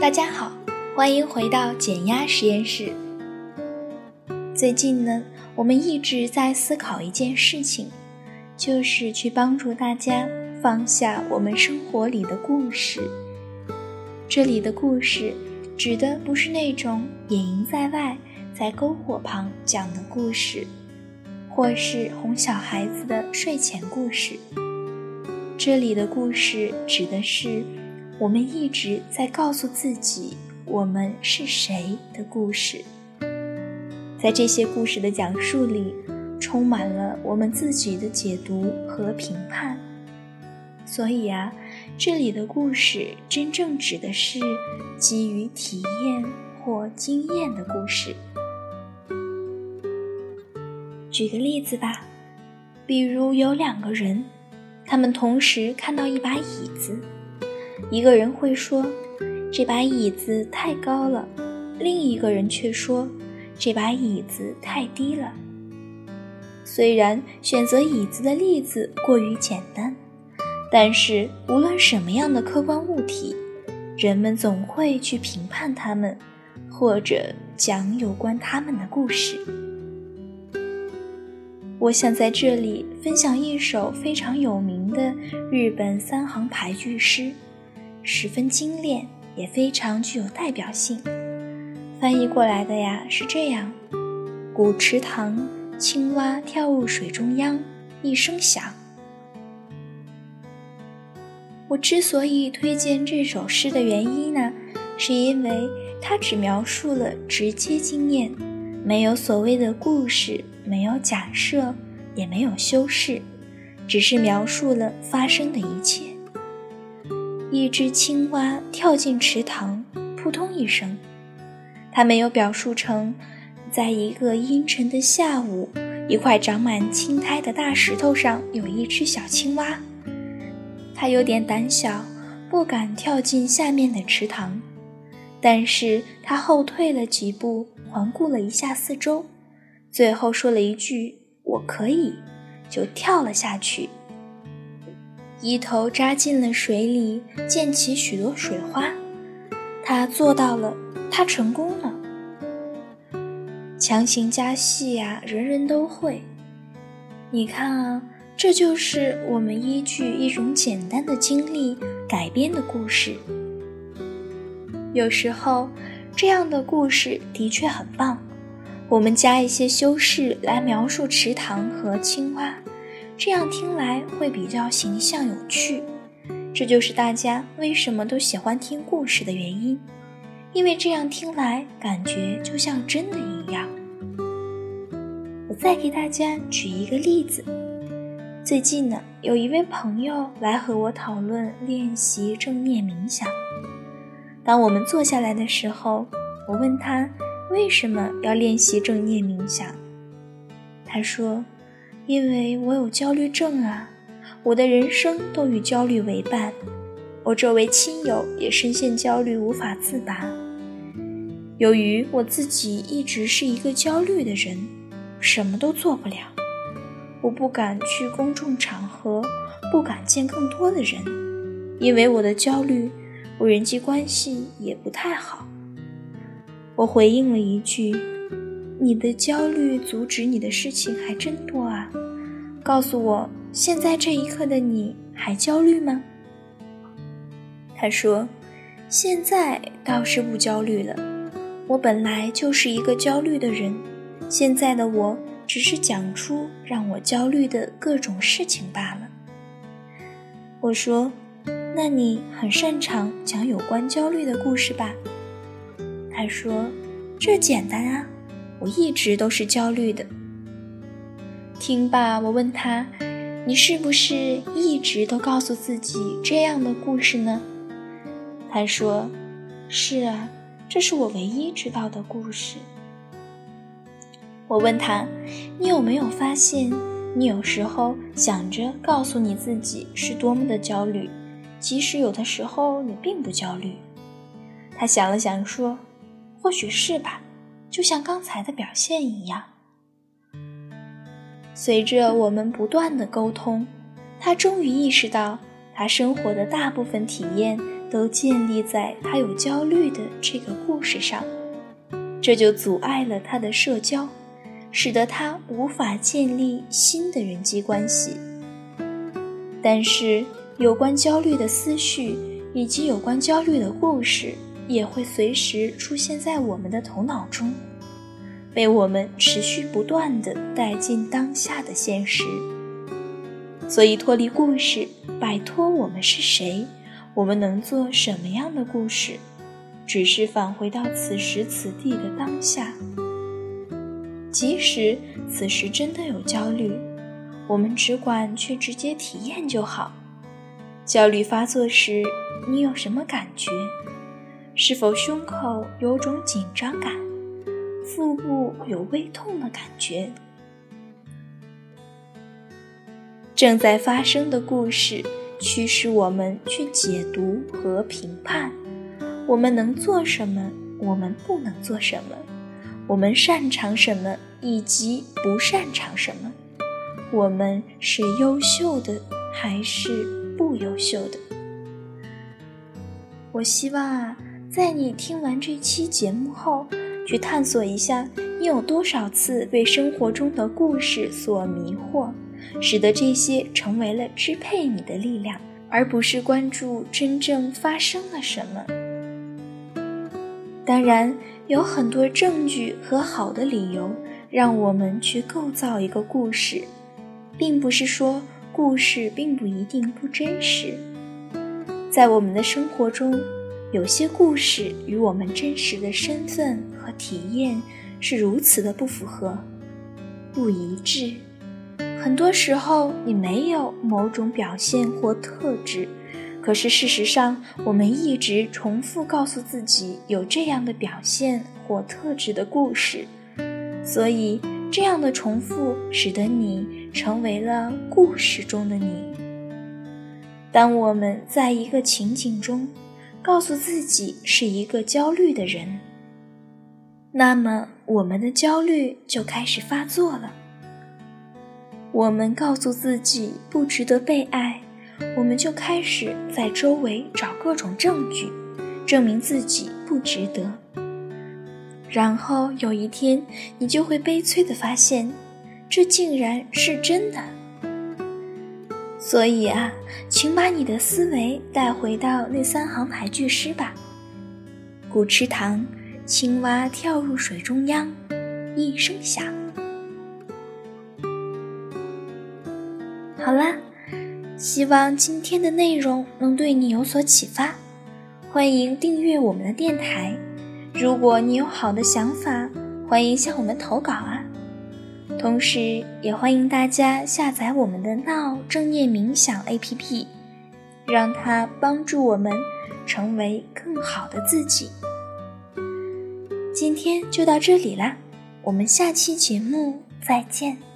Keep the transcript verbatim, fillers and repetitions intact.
大家好，欢迎回到减压实验室。最近呢，我们一直在思考一件事情，就是去帮助大家放下我们生活里的故事。这里的故事指的不是那种野营在外，在篝火旁讲的故事，或是哄小孩子的睡前故事。这里的故事指的是我们一直在告诉自己我们是谁的故事。在这些故事的讲述里，充满了我们自己的解读和评判。所以啊，这里的故事真正指的是基于体验或经验的故事。举个例子吧，比如有两个人，他们同时看到一把椅子，一个人会说，这把椅子太高了，另一个人却说，这把椅子太低了。虽然选择椅子的例子过于简单，但是无论什么样的客观物体，人们总会去评判它们，或者讲有关它们的故事。我想在这里分享一首非常有名的日本三行俳句诗，十分精炼，也非常具有代表性。翻译过来的呀是这样：古池塘，青蛙跳入水中央，一声响。我之所以推荐这首诗的原因呢，是因为它只描述了直接经验，没有所谓的故事，没有假设，也没有修饰，只是描述了发生的一切。一只青蛙跳进池塘，扑通一声。它没有表述成在一个阴沉的下午，一块长满青苔的大石头上有一只小青蛙。它有点胆小，不敢跳进下面的池塘，但是它后退了几步，环顾了一下四周，最后说了一句我可以，就跳了下去，一头扎进了水里，溅起许多水花。他做到了，他成功了。强行加戏啊，人人都会。你看啊，这就是我们依据一种简单的经历改编的故事。有时候这样的故事的确很棒，我们加一些修饰来描述池塘和青蛙，这样听来会比较形象有趣。这就是大家为什么都喜欢听故事的原因，因为这样听来感觉就像真的一样。我再给大家举一个例子。最近呢，有一位朋友来和我讨论练习正念冥想。当我们坐下来的时候，我问他为什么要练习正念冥想。他说，因为我有焦虑症啊，我的人生都与焦虑为伴，我周围亲友也深陷焦虑无法自拔。由于我自己一直是一个焦虑的人，什么都做不了，我不敢去公众场合，不敢见更多的人，因为我的焦虑，我人际关系也不太好。我回应了一句，你的焦虑阻止你的事情还真多啊，告诉我，现在这一刻的你还焦虑吗？他说，现在倒是不焦虑了，我本来就是一个焦虑的人，现在的我只是讲出让我焦虑的各种事情罢了。我说，那你很擅长讲有关焦虑的故事吧？他说，这简单啊，我一直都是焦虑的。听罢，我问他，你是不是一直都告诉自己这样的故事呢？他说，是啊，这是我唯一知道的故事。我问他，你有没有发现，你有时候想着告诉你自己是多么的焦虑，即使有的时候你并不焦虑。他想了想说，或许是吧，就像刚才的表现一样。随着我们不断的沟通，他终于意识到他生活的大部分体验都建立在他有焦虑的这个故事上，这就阻碍了他的社交，使得他无法建立新的人际关系。但是有关焦虑的思绪以及有关焦虑的故事也会随时出现在我们的头脑中，被我们持续不断地带进当下的现实。所以脱离故事，摆脱我们是谁，我们能做什么样的故事，只是返回到此时此地的当下。即使此时真的有焦虑，我们只管去直接体验就好。焦虑发作时，你有什么感觉？是否胸口有种紧张感，腹部有微痛的感觉？正在发生的故事驱使我们去解读和评判，我们能做什么，我们不能做什么，我们擅长什么以及不擅长什么，我们是优秀的还是不优秀的。我希望啊，在你听完这期节目后，去探索一下你有多少次被生活中的故事所迷惑，使得这些成为了支配你的力量，而不是关注真正发生了什么。当然，有很多证据和好的理由让我们去构造一个故事，并不是说故事并不一定不真实。在我们的生活中，有些故事与我们真实的身份和体验是如此的不符合、不一致。很多时候你没有某种表现或特质，可是事实上我们一直重复告诉自己有这样的表现或特质的故事，所以这样的重复使得你成为了故事中的你。当我们在一个情景中告诉自己是一个焦虑的人，那么我们的焦虑就开始发作了。我们告诉自己不值得被爱，我们就开始在周围找各种证据，证明自己不值得。然后有一天，你就会悲催地发现，这竟然是真的。所以啊，请把你的思维带回到那三行牌句诗吧。古池塘，青蛙跳入水中央，一声响。好啦，希望今天的内容能对你有所启发，欢迎订阅我们的电台。如果你有好的想法，欢迎向我们投稿啊。同时也欢迎大家下载我们的闹正念冥想 A P P， 让它帮助我们成为更好的自己。今天就到这里啦，我们下期节目再见。